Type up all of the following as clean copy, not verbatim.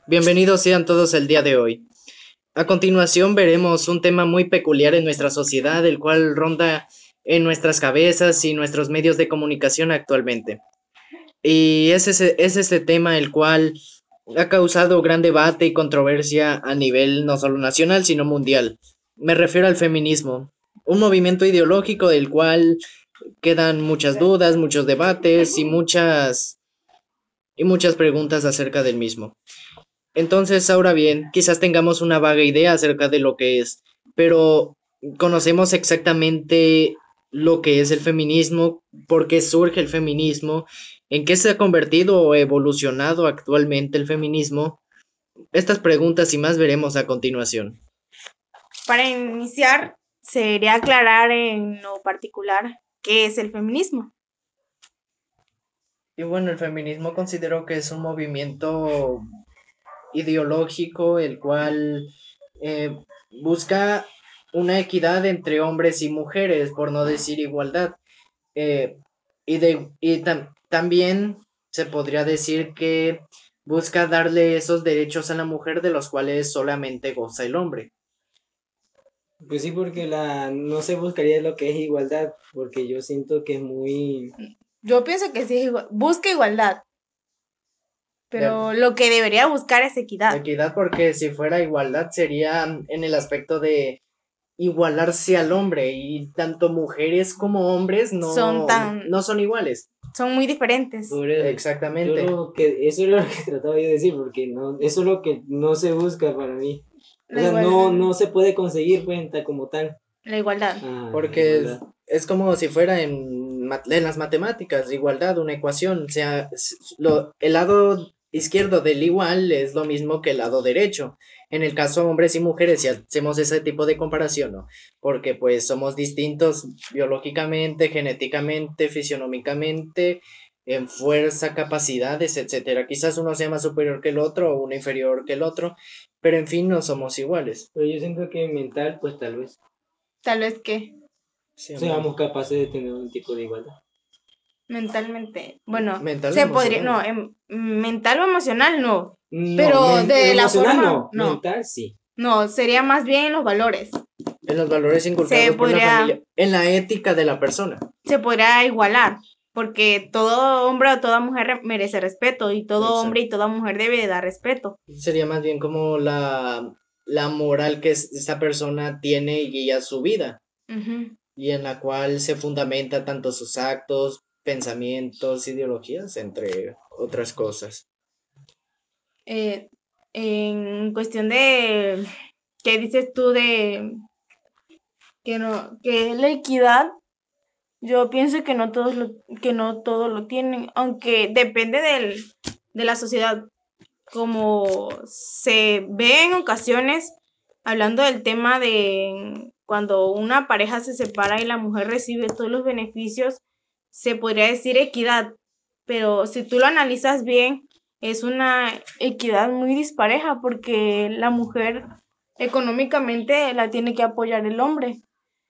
Bienvenidos sean todos el día de hoy. A continuación veremos un tema muy peculiar en nuestra sociedad, el cual ronda en nuestras cabezas y nuestros medios de comunicación actualmente. Y es ese tema el cual ha causado gran debate y controversia a nivel no solo nacional, sino mundial. Me refiero al feminismo, un movimiento ideológico del cual quedan muchas dudas, muchos debates y muchas preguntas acerca del mismo. Entonces, ahora bien, quizás tengamos una vaga idea acerca de lo que es, pero conocemos exactamente lo que es el feminismo, por qué surge el feminismo, en qué se ha convertido o evolucionado actualmente el feminismo. Estas preguntas y más veremos a continuación. Para iniciar, sería aclarar en lo particular qué es el feminismo. Y bueno, el feminismo considero que es un movimiento ideológico el cual eh, busca una equidad entre hombres y mujeres, por no decir igualdad. Eh, también se podría decir que busca darle esos derechos a la mujer de los cuales solamente goza el hombre. Pues sí, porque no se buscaría lo que es igualdad, porque yo siento que es muy... Yo pienso que sí, busca igualdad, pero lo que debería buscar es equidad. Equidad, porque si fuera igualdad sería en el aspecto de igualarse al hombre, y tanto mujeres como hombres no son iguales. Son muy diferentes. Exactamente. Eso es lo que trataba yo de decir, porque no, eso es lo que no se busca para mí. O sea, no se puede conseguir cuenta como tal. La igualdad. Porque la igualdad. Es como si fuera en las matemáticas, igualdad, una ecuación. O sea, el lado izquierdo del igual es lo mismo que el lado derecho. En el caso hombres y mujeres, si hacemos ese tipo de comparación, ¿no? Porque pues somos distintos biológicamente, genéticamente, fisionómicamente, en fuerza, capacidades, etcétera. Quizás uno sea más superior que el otro o uno inferior que el otro, pero en fin, no somos iguales. Pero yo siento que mental, pues tal vez. ¿Tal vez qué? Seamos capaces de tener un tipo de igualdad. Mentalmente, bueno, mental se podría, no, mental o emocional no, pero de la forma, no, mental sí. No, sería más bien en los valores. En los valores inculcados por la familia, en la ética de la persona. Se podría igualar, porque todo hombre o toda mujer merece respeto, y todo Exacto. hombre y toda mujer debe de dar respeto. Sería más bien como la moral que esa persona tiene y guía su vida, y en la cual se fundamenta tanto sus actos, pensamientos, ideologías, entre otras cosas. En cuestión de ¿qué dices tú de que la equidad? Yo pienso que no todos lo tienen, aunque depende de la sociedad. Como se ve en ocasiones, hablando del tema de cuando una pareja se separa y la mujer recibe todos los beneficios, se podría decir equidad, pero si tú lo analizas bien, es una equidad muy dispareja, porque la mujer económicamente la tiene que apoyar el hombre,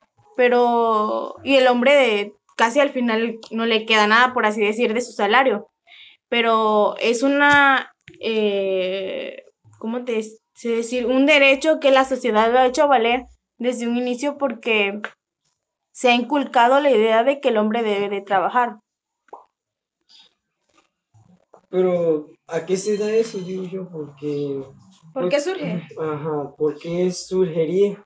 y el hombre casi al final no le queda nada, por así decir, de su salario, pero es una, ¿cómo te sé decir? Un derecho que la sociedad lo ha hecho valer desde un inicio, porque se ha inculcado la idea de que el hombre debe de trabajar. Pero, ¿a qué se da eso, digo yo? ¿Por qué surge? Ajá, ¿por qué surgiría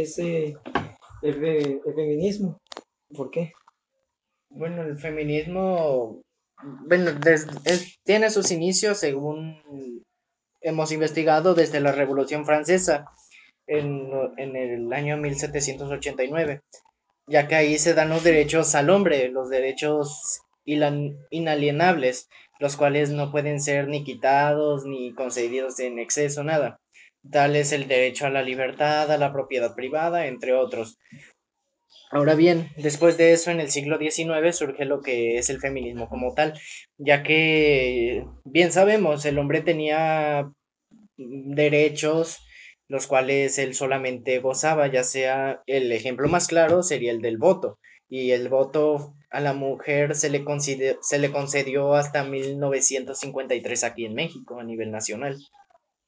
el feminismo? ¿Por qué? Bueno, el feminismo, bueno, tiene sus inicios, según hemos investigado, desde la Revolución Francesa en el año 1789, ya que ahí se dan los derechos al hombre, los derechos inalienables, los cuales no pueden ser ni quitados ni concedidos en exceso, nada. Tal es el derecho a la libertad, a la propiedad privada, entre otros. Ahora bien, después de eso, en el siglo XIX surge lo que es el feminismo como tal, ya que, bien sabemos, el hombre tenía derechos los cuales él solamente gozaba, ya sea, el ejemplo más claro sería el del voto, y el voto a la mujer se le concedió hasta 1953 aquí en México a nivel nacional.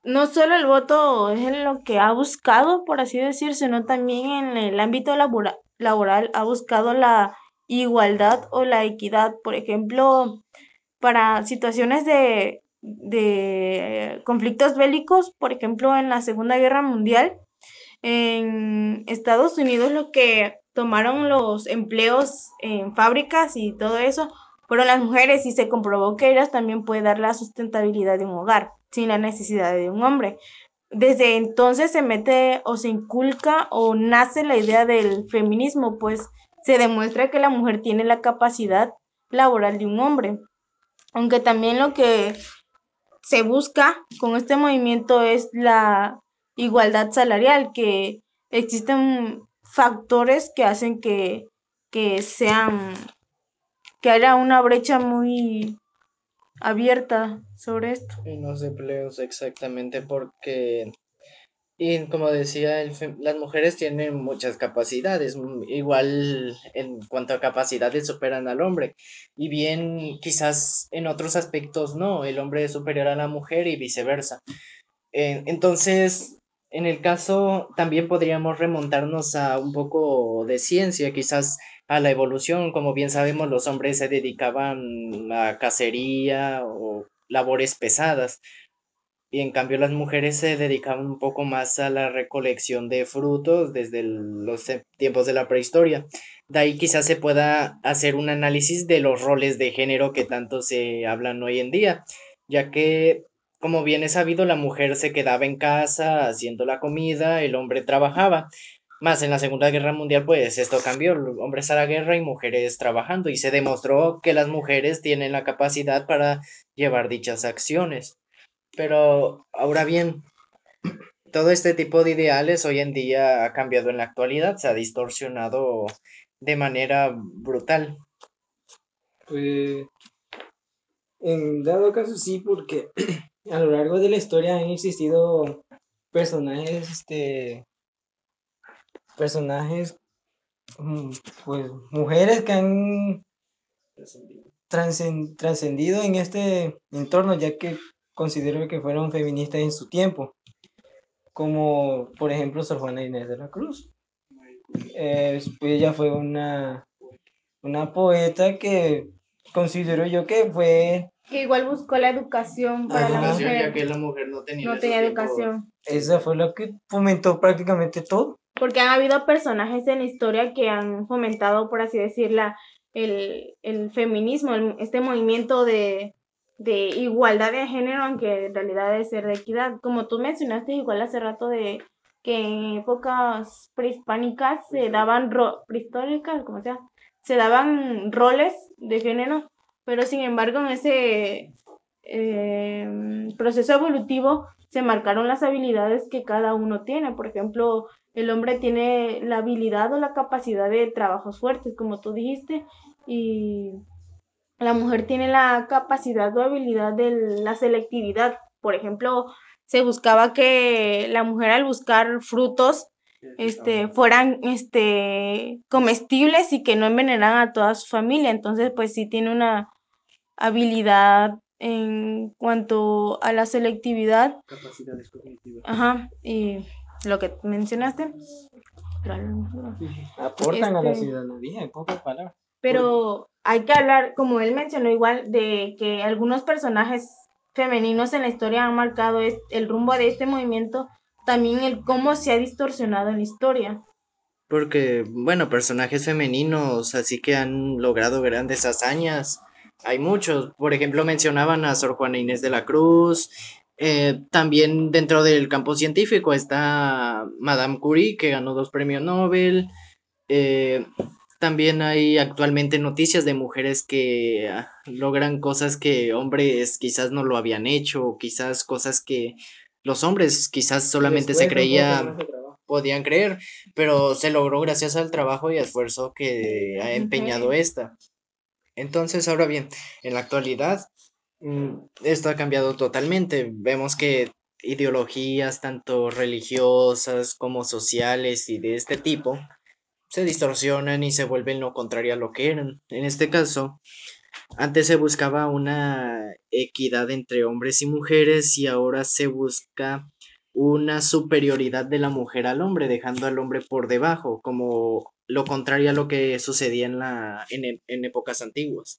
no solo el voto es en lo que ha buscado, por así decir, sino también en el ámbito laboral ha buscado la igualdad o la equidad. Por ejemplo, para situaciones de conflictos bélicos, por ejemplo, en la Segunda Guerra Mundial, en Estados Unidos lo que tomaron los empleos en fábricas y todo eso fueron las mujeres y se comprobó que ellas también pueden dar la sustentabilidad de un hogar sin la necesidad de un hombre. Desde entonces se mete o se inculca o nace la idea del feminismo, pues se demuestra que la mujer tiene la capacidad laboral de un hombre. Aunque también lo que se busca con este movimiento es la igualdad salarial, que existen factores que hacen que sean, que haya una brecha muy abierta sobre esto. En los empleos, exactamente, porque, y como decía, las mujeres tienen muchas capacidades, igual en cuanto a capacidades superan al hombre, y bien quizás en otros aspectos no, el hombre es superior a la mujer y viceversa. Entonces, en el caso, también podríamos remontarnos a un poco de ciencia, quizás a la evolución. Como bien sabemos, los hombres se dedicaban a cacería o labores pesadas, y en cambio las mujeres se dedicaban un poco más a la recolección de frutos desde los tiempos de la prehistoria. De ahí quizás se pueda hacer un análisis de los roles de género que tanto se hablan hoy en día, ya que, como bien es sabido, la mujer se quedaba en casa haciendo la comida, el hombre trabajaba. Más en la Segunda Guerra Mundial, pues esto cambió, hombres a la guerra y mujeres trabajando, y se demostró que las mujeres tienen la capacidad para llevar dichas acciones. Pero ahora bien, todo este tipo de ideales hoy en día ha cambiado en la actualidad, se ha distorsionado de manera brutal. Pues en dado caso sí, porque a lo largo de la historia han existido personajes, personajes, pues mujeres que han trascendido en este entorno, ya que considero que fueron feministas en su tiempo, como por ejemplo Sor Juana Inés de la Cruz. Pues ella fue una poeta que considero yo que fue... Que igual buscó la educación para la Educación, mujer. ya que la mujer no tenía, No tenía educación. Esa fue la que fomentó prácticamente todo. Porque han habido personajes en la historia que han fomentado, por así decirla, el feminismo, este movimiento de igualdad de género, aunque en realidad debe ser de equidad. Como tú mencionaste igual hace rato de que en épocas prehispánicas se daban, prehistóricas, como sea, se daban roles de género, pero sin embargo en ese proceso evolutivo se marcaron las habilidades que cada uno tiene. Por ejemplo, el hombre tiene la habilidad o la capacidad de trabajos fuertes, como tú dijiste, y la mujer tiene la capacidad o habilidad de la selectividad. Por ejemplo, se buscaba que la mujer al buscar frutos fueran comestibles y que no envenenaran a toda su familia. Entonces, pues sí tiene una habilidad en cuanto a la selectividad. capacidades cognitivas. Ajá, y lo que mencionaste. Aportan a la ciudadanía, en pocas palabras. Pero hay que hablar, como él mencionó igual, de que algunos personajes femeninos en la historia han marcado el rumbo de este movimiento, también el cómo se ha distorsionado en la historia. Porque, bueno, personajes femeninos así que han logrado grandes hazañas, hay muchos. Por ejemplo, mencionaban a Sor Juana Inés de la Cruz. También dentro del campo científico está Madame Curie, que ganó 2 premios Nobel. También hay actualmente noticias de mujeres que logran cosas que hombres quizás no lo habían hecho, o quizás cosas que los hombres quizás solamente se creían, podían creer, pero se logró gracias al trabajo y esfuerzo que ha empeñado esta. Entonces, ahora bien, en la actualidad, esto ha cambiado totalmente. Vemos que ideologías tanto religiosas como sociales y de este tipo se distorsionan y se vuelven lo contrario a lo que eran. En este caso, Antes se buscaba una equidad entre hombres y mujeres y ahora se busca una superioridad de la mujer al hombre, dejando al hombre por debajo, como lo contrario a lo que sucedía en épocas antiguas.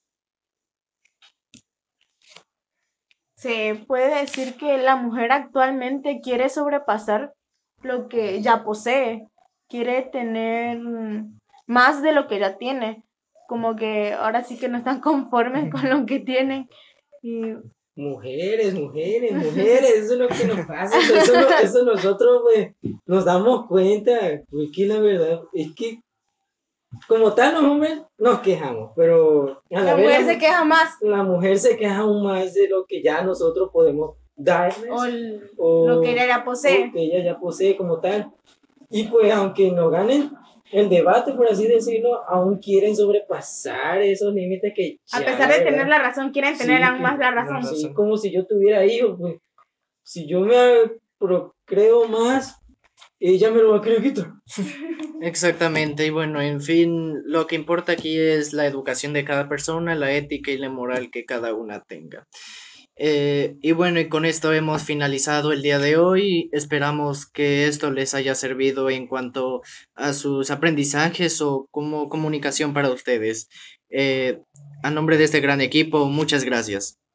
Se puede decir que la mujer actualmente quiere sobrepasar lo que ya posee, quiere tener más de lo que ya tiene, como que ahora sí que no están conformes con lo que tienen. Y Mujeres, mujeres, mujeres, eso es lo que nos pasa, eso nosotros pues, nos damos cuenta, porque la verdad es que como tal los hombres nos quejamos, pero a la vez mujer se queja más. La mujer se queja aún más de lo que ya nosotros podemos darles O lo que ella ya posee. O que ella ya posee como tal. Y pues aunque no ganen el debate, por así decirlo, aún quieren sobrepasar esos límites que A ya, pesar de tener la razón, quieren tener aún más la razón. Sí, como si yo tuviera hijos, pues si yo me procreo más, ella me lo va a querer quitar. Exactamente, y bueno, en fin, lo que importa aquí es la educación de cada persona, la ética y la moral que cada una tenga. Y bueno, y con esto hemos finalizado el día de hoy. Esperamos que esto les haya servido en cuanto a sus aprendizajes o como comunicación para ustedes. A nombre de este gran equipo, muchas gracias.